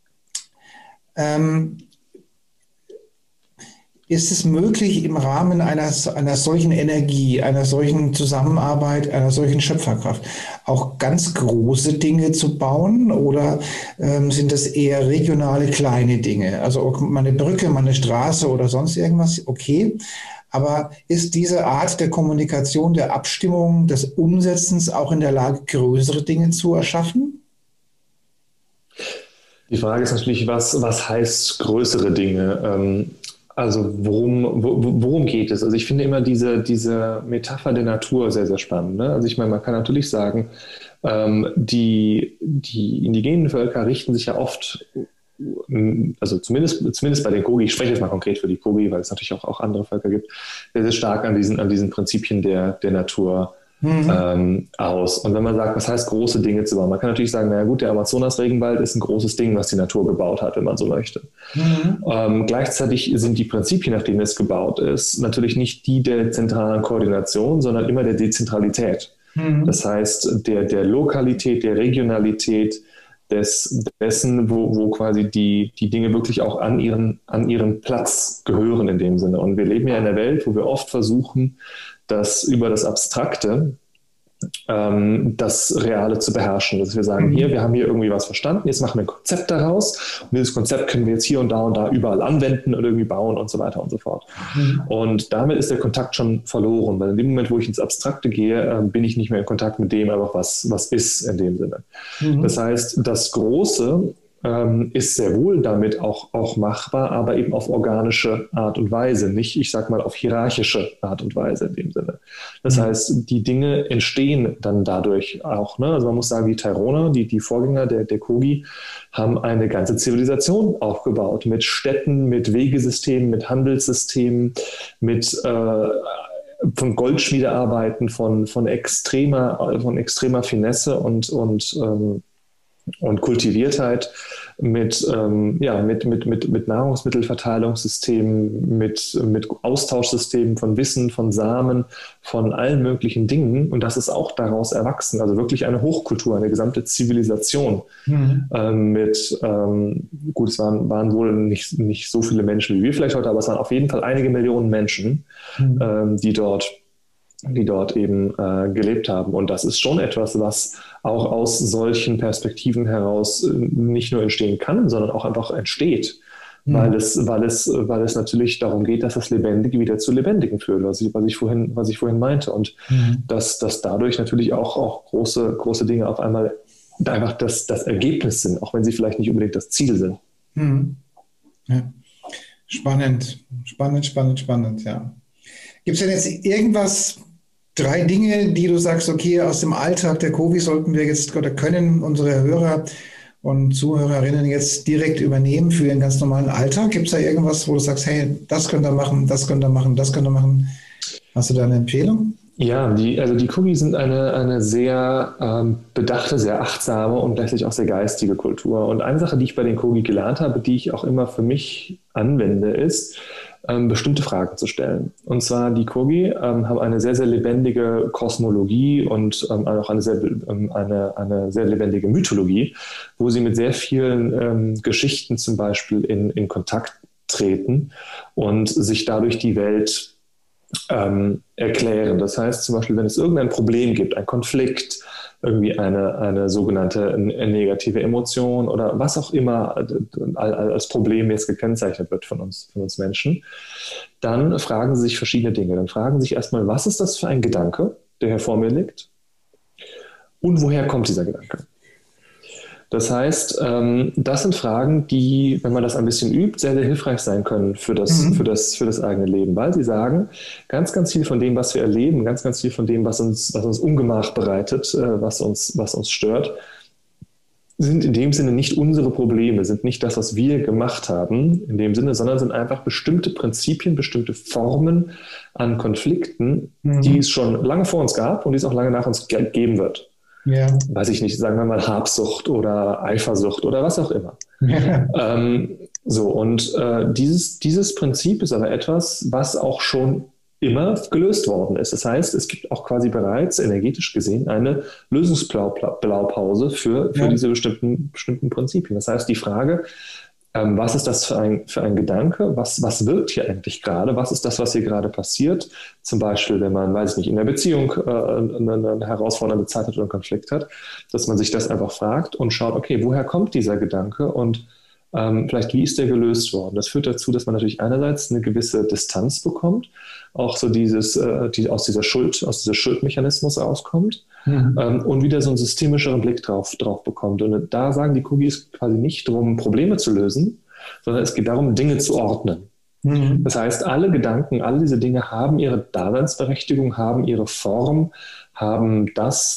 Ist es möglich, im Rahmen einer solchen Energie, einer solchen Zusammenarbeit, einer solchen Schöpferkraft auch ganz große Dinge zu bauen? Oder sind das eher regionale, kleine Dinge? Also mal eine Brücke, mal eine Straße oder sonst irgendwas, okay. Aber ist diese Art der Kommunikation, der Abstimmung, des Umsetzens auch in der Lage, größere Dinge zu erschaffen? Die Frage ist natürlich, was heißt größere Dinge? Also worum geht es? Also ich finde immer diese Metapher der Natur sehr, sehr spannend. Ne? Also ich meine, man kann natürlich sagen, die indigenen Völker richten sich ja oft, also zumindest bei den Kogi, ich spreche jetzt mal konkret für die Kogi, weil es natürlich auch andere Völker gibt, sehr, sehr stark an diesen Prinzipien der Natur aus. Und wenn man sagt, was heißt große Dinge zu bauen? Man kann natürlich sagen, naja gut, der Amazonas-Regenwald ist ein großes Ding, was die Natur gebaut hat, wenn man so möchte. Gleichzeitig sind die Prinzipien, nach denen es gebaut ist, natürlich nicht die der zentralen Koordination, sondern immer der Dezentralität. Das heißt, der Lokalität, der Regionalität, dessen, wo quasi die Dinge wirklich auch an ihren Platz gehören in dem Sinne. Und wir leben ja in einer Welt, wo wir oft versuchen, das über das Abstrakte das Reale zu beherrschen. Dass wir sagen, wir haben hier irgendwie was verstanden, jetzt machen wir ein Konzept daraus und dieses Konzept können wir jetzt hier und da überall anwenden und irgendwie bauen und so weiter und so fort. Und damit ist der Kontakt schon verloren, weil in dem Moment, wo ich ins Abstrakte gehe, bin ich nicht mehr in Kontakt mit dem, einfach was ist in dem Sinne. Das heißt, das Große ist sehr wohl damit auch machbar, aber eben auf organische Art und Weise, nicht, ich sag mal, auf hierarchische Art und Weise in dem Sinne. Das heißt, die Dinge entstehen dann dadurch auch. Ne? Also man muss sagen, die Tairona, die Vorgänger der Kogi, haben eine ganze Zivilisation aufgebaut mit Städten, mit Wegesystemen, mit Handelssystemen, mit von Goldschmiedearbeiten, von extremer Finesse und Kultiviertheit, mit Nahrungsmittelverteilungssystemen, mit Austauschsystemen von Wissen, von Samen, von allen möglichen Dingen. Und das ist auch daraus erwachsen. Also wirklich eine Hochkultur, eine gesamte Zivilisation gut, es waren wohl nicht so viele Menschen wie wir vielleicht heute, aber es waren auf jeden Fall einige Millionen Menschen, die dort eben gelebt haben. Und das ist schon etwas, was auch aus solchen Perspektiven heraus nicht nur entstehen kann, sondern auch einfach entsteht, weil es natürlich darum geht, dass das Lebendige wieder zu Lebendigen führt, was ich vorhin meinte. Und dass dadurch natürlich auch große Dinge auf einmal einfach das Ergebnis sind, auch wenn sie vielleicht nicht unbedingt das Ziel sind. Ja. Spannend, ja. Gibt es denn jetzt irgendwas, 3 Dinge, die du sagst, okay, aus dem Alltag der Kogi sollten wir jetzt oder können unsere Hörer und Zuhörerinnen jetzt direkt übernehmen für ihren ganz normalen Alltag? Gibt es da irgendwas, wo du sagst, hey, das könnt ihr machen, das könnt ihr machen, das könnt ihr machen? Hast du da eine Empfehlung? Ja, die Kogi sind eine sehr bedachte, sehr achtsame und gleichzeitig auch sehr geistige Kultur. Und eine Sache, die ich bei den Kogi gelernt habe, die ich auch immer für mich anwende, ist, bestimmte Fragen zu stellen. Und zwar die Kogi haben eine sehr, sehr lebendige Kosmologie und auch eine sehr lebendige Mythologie, wo sie mit sehr vielen Geschichten zum Beispiel in Kontakt treten und sich dadurch die Welt erklären. Das heißt zum Beispiel, wenn es irgendein Problem gibt, ein Konflikt, irgendwie eine sogenannte negative Emotion oder was auch immer als Problem jetzt gekennzeichnet wird von uns Menschen, dann fragen sie sich verschiedene Dinge. Dann fragen sie sich erstmal, was ist das für ein Gedanke, der hier vor mir liegt? Und woher kommt dieser Gedanke? Das heißt, das sind Fragen, die, wenn man das ein bisschen übt, sehr, sehr hilfreich sein können für das eigene Leben, weil sie sagen, ganz, ganz viel von dem, was wir erleben, ganz, ganz viel von dem, was uns Ungemach bereitet, was uns stört, sind in dem Sinne nicht unsere Probleme, sind nicht das, was wir gemacht haben in dem Sinne, sondern sind einfach bestimmte Prinzipien, bestimmte Formen an Konflikten, die es schon lange vor uns gab und die es auch lange nach uns geben wird. Ja. Weiß ich nicht, sagen wir mal Habsucht oder Eifersucht oder was auch immer. Ja. Dieses Prinzip ist aber etwas, was auch schon immer gelöst worden ist. Das heißt, es gibt auch quasi bereits energetisch gesehen eine Lösungsblaupause für diese bestimmten Prinzipien. Das heißt, die Frage, was ist das für ein Gedanke? Was wirkt hier eigentlich gerade? Was ist das, was hier gerade passiert? Zum Beispiel, wenn man, weiß ich nicht, in der Beziehung eine herausfordernde Zeit hat oder einen Konflikt hat, dass man sich das einfach fragt und schaut, okay, woher kommt dieser Gedanke und vielleicht wie ist der gelöst worden? Das führt dazu, dass man natürlich einerseits eine gewisse Distanz bekommt, auch so aus dieser Schuldmechanismus rauskommt. und wieder so einen systemischeren Blick drauf bekommt. Und da sagen die Kogis quasi nicht darum, Probleme zu lösen, sondern es geht darum, Dinge zu ordnen. Das heißt, alle Gedanken, all diese Dinge haben ihre Daseinsberechtigung, haben ihre Form, haben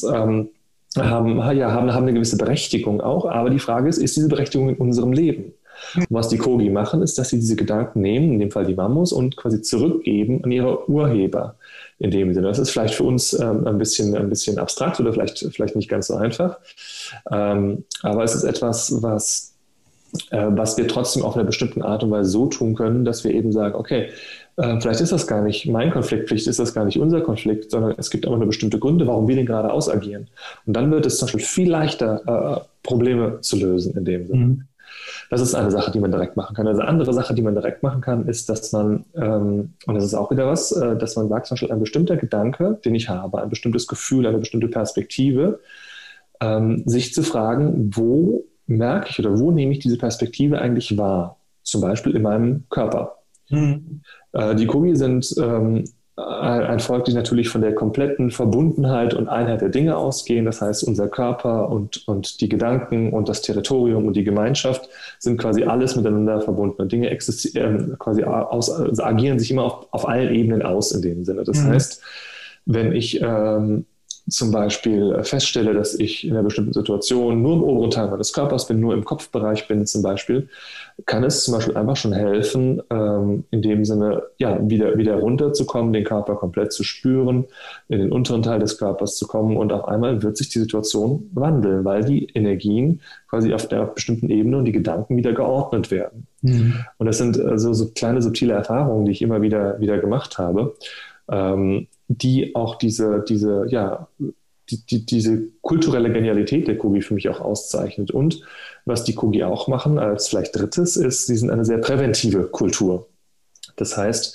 eine gewisse Berechtigung auch. Aber die Frage ist diese Berechtigung in unserem Leben? Und was die Kogi machen, ist, dass sie diese Gedanken nehmen, in dem Fall die Mammus, und quasi zurückgeben an ihre Urheber in dem Sinne. Das ist vielleicht für uns ein bisschen abstrakt oder vielleicht nicht ganz so einfach. Aber es ist etwas, was wir trotzdem auf einer bestimmten Art und Weise so tun können, dass wir eben sagen, okay, vielleicht ist das gar nicht mein Konflikt, vielleicht ist das gar nicht unser Konflikt, sondern es gibt aber nur bestimmte Gründe, warum wir den gerade ausagieren. Und dann wird es zum Beispiel viel leichter, Probleme zu lösen in dem Sinne. Das ist eine Sache, die man direkt machen kann. Also eine andere Sache, die man direkt machen kann, ist, dass man, und das ist auch wieder was, dass man sagt, zum Beispiel ein bestimmter Gedanke, den ich habe, ein bestimmtes Gefühl, eine bestimmte Perspektive, sich zu fragen, wo merke ich oder wo nehme ich diese Perspektive eigentlich wahr? Zum Beispiel in meinem Körper. Die Kogi sind ein Volk, die natürlich von der kompletten Verbundenheit und Einheit der Dinge ausgehen. Das heißt, unser Körper und die Gedanken und das Territorium und die Gemeinschaft sind quasi alles miteinander verbunden. Und Dinge agieren sich immer auf allen Ebenen aus in dem Sinne. Das heißt, wenn ich zum Beispiel feststelle, dass ich in einer bestimmten Situation nur im oberen Teil meines Körpers bin, nur im Kopfbereich bin zum Beispiel, kann es zum Beispiel einfach schon helfen, in dem Sinne, wieder runterzukommen, den Körper komplett zu spüren, in den unteren Teil des Körpers zu kommen, und auf einmal wird sich die Situation wandeln, weil die Energien quasi auf der bestimmten Ebene und die Gedanken wieder geordnet werden. Und das sind so kleine subtile Erfahrungen, die ich immer wieder gemacht habe, die auch diese kulturelle Genialität der Kogi für mich auch auszeichnet. Und was die Kogi auch machen als vielleicht drittes ist, sie sind eine sehr präventive Kultur. Das heißt,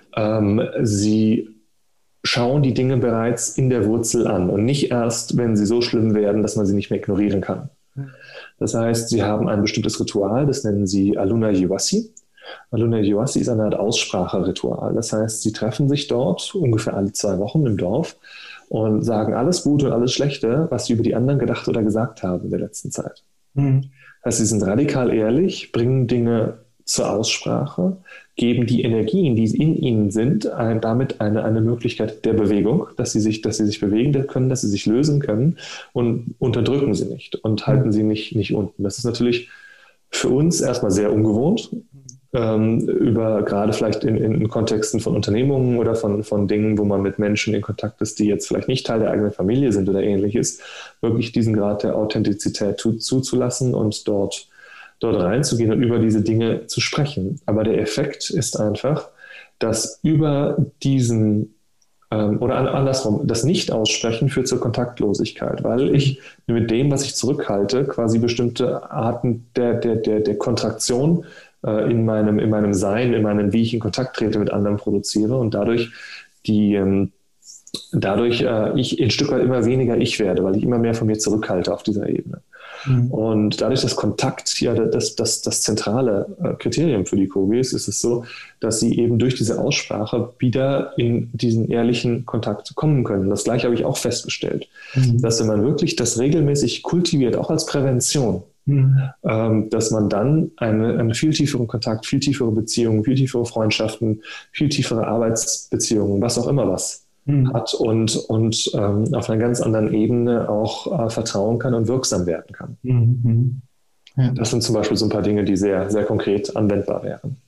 sie schauen die Dinge bereits in der Wurzel an und nicht erst, wenn sie so schlimm werden, dass man sie nicht mehr ignorieren kann. Das heißt, sie haben ein bestimmtes Ritual, das nennen sie Aluna Yiwasi. Aluna Yiwasi ist eine Art Ausspracheritual. Das heißt, sie treffen sich dort ungefähr alle 2 Wochen im Dorf und sagen alles Gute und alles Schlechte, was sie über die anderen gedacht oder gesagt haben in der letzten Zeit. Das heißt, sie sind radikal ehrlich, bringen Dinge zur Aussprache, geben die Energien, die in ihnen sind, damit eine Möglichkeit der Bewegung, dass sie sich bewegen können, dass sie sich lösen können, und unterdrücken sie nicht und halten sie nicht unten. Das ist natürlich für uns erstmal sehr ungewohnt, gerade vielleicht in Kontexten von Unternehmungen oder von Dingen, wo man mit Menschen in Kontakt ist, die jetzt vielleicht nicht Teil der eigenen Familie sind oder ähnliches, wirklich diesen Grad der Authentizität zuzulassen und dort reinzugehen und über diese Dinge zu sprechen. Aber der Effekt ist einfach, dass über diesen oder andersrum, das Nicht-Aussprechen führt zur Kontaktlosigkeit, weil ich mit dem, was ich zurückhalte, quasi bestimmte Arten der Kontraktion in meinem Sein, wie ich in Kontakt trete mit anderen produziere, und dadurch ich ein Stück weit immer weniger ich werde, weil ich immer mehr von mir zurückhalte auf dieser Ebene. Und dadurch, dass Kontakt das zentrale Kriterium für die Kogis ist es so, dass sie eben durch diese Aussprache wieder in diesen ehrlichen Kontakt kommen können. Das Gleiche habe ich auch festgestellt, dass wenn man wirklich das regelmäßig kultiviert, auch als Prävention, dass man dann einen viel tieferen Kontakt, viel tiefere Beziehungen, viel tiefere Freundschaften, viel tiefere Arbeitsbeziehungen, was auch immer hat und auf einer ganz anderen Ebene auch vertrauen kann und wirksam werden kann. Ja. Das sind zum Beispiel so ein paar Dinge, die sehr, sehr konkret anwendbar wären.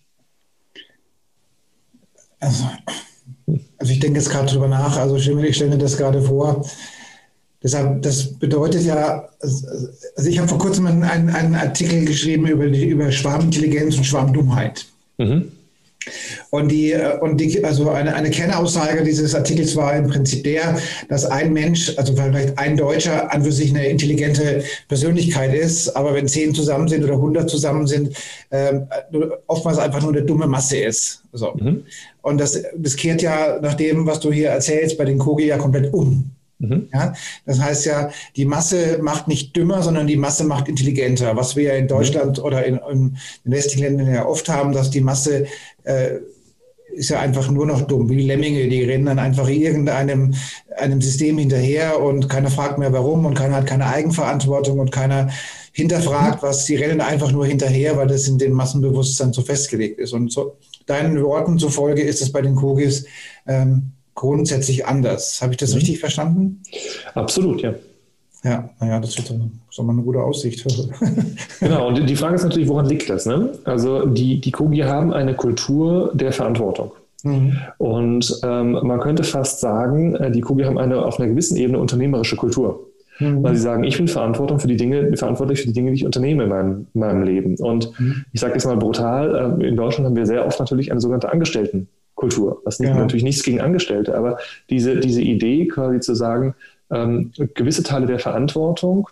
Also ich denke jetzt gerade drüber nach, also ich stelle mir das gerade vor. Deshalb, das bedeutet ja, also ich habe vor kurzem einen Artikel geschrieben über Schwarmintelligenz und Schwarmdummheit. Und also eine Kernaussage dieses Artikels war im Prinzip dass ein Mensch, also vielleicht ein Deutscher, an für sich eine intelligente Persönlichkeit ist, aber wenn 10 zusammen sind oder 100 zusammen sind, oftmals einfach nur eine dumme Masse ist. So. Und das kehrt ja nach dem, was du hier erzählst, bei den Kogi ja komplett um. Ja, das heißt ja, die Masse macht nicht dümmer, sondern die Masse macht intelligenter. Was wir ja in Deutschland oder in den westlichen Ländern ja oft haben, dass die Masse ist ja einfach nur noch dumm, wie die Lemminge, die rennen dann einfach einem System hinterher und keiner fragt mehr warum und keiner hat keine Eigenverantwortung und keiner hinterfragt was. Sie rennen einfach nur hinterher, weil das in dem Massenbewusstsein so festgelegt ist. Und so, deinen Worten zufolge ist es bei den Kogis grundsätzlich anders. Habe ich das richtig verstanden? Absolut, ja. Ja, naja, das ist doch mal eine gute Aussicht. Genau, und die Frage ist natürlich, woran liegt das? Ne? Also die Kogi haben eine Kultur der Verantwortung. Und man könnte fast sagen, die Kogi haben auf einer gewissen Ebene unternehmerische Kultur. Weil sie sagen, ich bin verantwortlich für die Dinge, die ich unternehme in meinem Leben. Und ich sage jetzt mal brutal, in Deutschland haben wir sehr oft natürlich eine sogenannte Angestelltenkultur. Was natürlich nichts gegen Angestellte, aber diese Idee quasi zu sagen, gewisse Teile der Verantwortung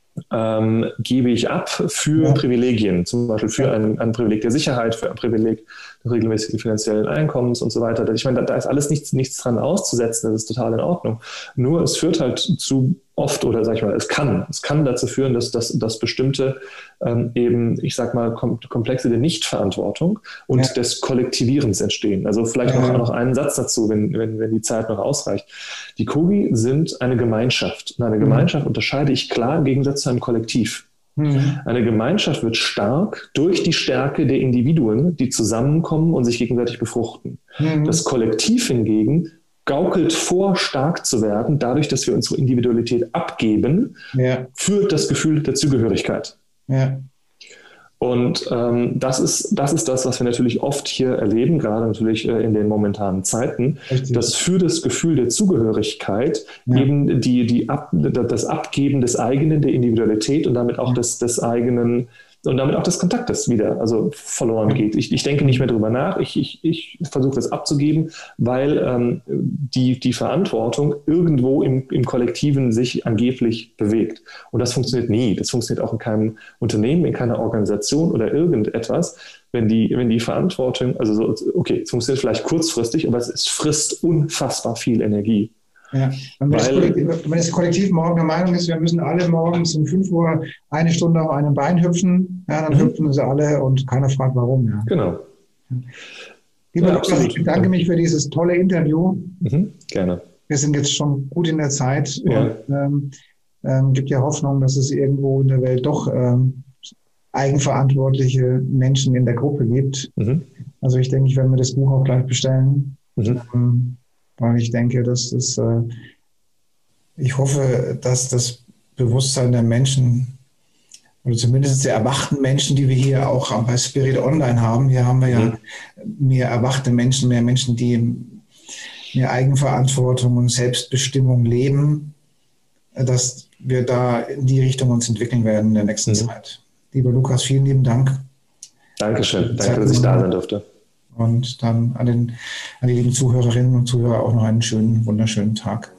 gebe ich ab für Privilegien, zum Beispiel für ein Privileg der Sicherheit, für ein Privileg des regelmäßigen finanziellen Einkommens und so weiter. Ich meine, da ist alles nichts dran auszusetzen, das ist total in Ordnung. Nur es führt halt zu oft, oder sag ich mal, es kann dazu führen, dass bestimmte ich sag mal, Komplexe der Nichtverantwortung und des Kollektivierens entstehen. Also vielleicht noch einen Satz dazu, wenn die Zeit noch ausreicht. Die Kogi sind eine Gemeinschaft. Und eine Gemeinschaft unterscheide ich klar im Gegensatz zu einem Kollektiv. Eine Gemeinschaft wird stark durch die Stärke der Individuen, die zusammenkommen und sich gegenseitig befruchten. Das Kollektiv hingegen gaukelt vor, stark zu werden, dadurch, dass wir unsere Individualität abgeben, für das Gefühl der Zugehörigkeit. Ja. Und das ist das, was wir natürlich oft hier erleben, gerade natürlich in den momentanen Zeiten, dass für das Gefühl der Zugehörigkeit eben das Abgeben des eigenen, der Individualität und damit auch des eigenen und damit auch des Kontaktes wieder verloren geht. Ich denke nicht mehr darüber nach, ich versuche es abzugeben, weil die Verantwortung irgendwo im Kollektiven sich angeblich bewegt. Und das funktioniert nie. Das funktioniert auch in keinem Unternehmen, in keiner Organisation oder irgendetwas, wenn die Verantwortung, es funktioniert vielleicht kurzfristig, aber es frisst unfassbar viel Energie. Ja. Wenn das Kollektiv morgen der Meinung ist, wir müssen alle morgens um 5 Uhr eine Stunde auf einem Bein hüpfen, dann hüpfen sie alle und keiner fragt warum. Ja. Genau. Lieber Lukas, ich bedanke mich für dieses tolle Interview. Gerne. Wir sind jetzt schon gut in der Zeit und gibt ja Hoffnung, dass es irgendwo in der Welt doch eigenverantwortliche Menschen in der Gruppe gibt. Also ich denke, ich werde mir das Buch auch gleich bestellen. Weil ich denke, ich hoffe, dass das Bewusstsein der Menschen, oder zumindest der erwachten Menschen, die wir hier auch bei Spirit Online haben, hier haben wir ja mehr erwachte Menschen, mehr Menschen, die mehr Eigenverantwortung und Selbstbestimmung leben, dass wir da in die Richtung uns entwickeln werden in der nächsten Zeit. Lieber Lukas, vielen lieben Dank. Dankeschön. Danke, dass ich da sein durfte. Und dann an die lieben Zuhörerinnen und Zuhörer auch noch einen schönen, wunderschönen Tag.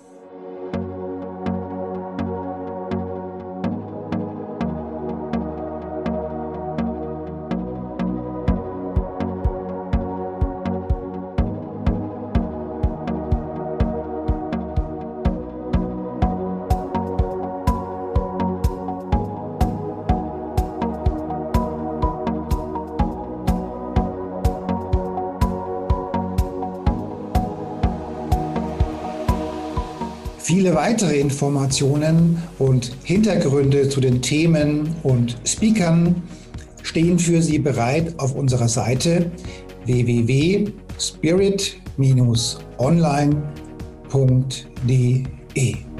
Viele weitere Informationen und Hintergründe zu den Themen und Speakern stehen für Sie bereit auf unserer Seite www.spirit-online.de.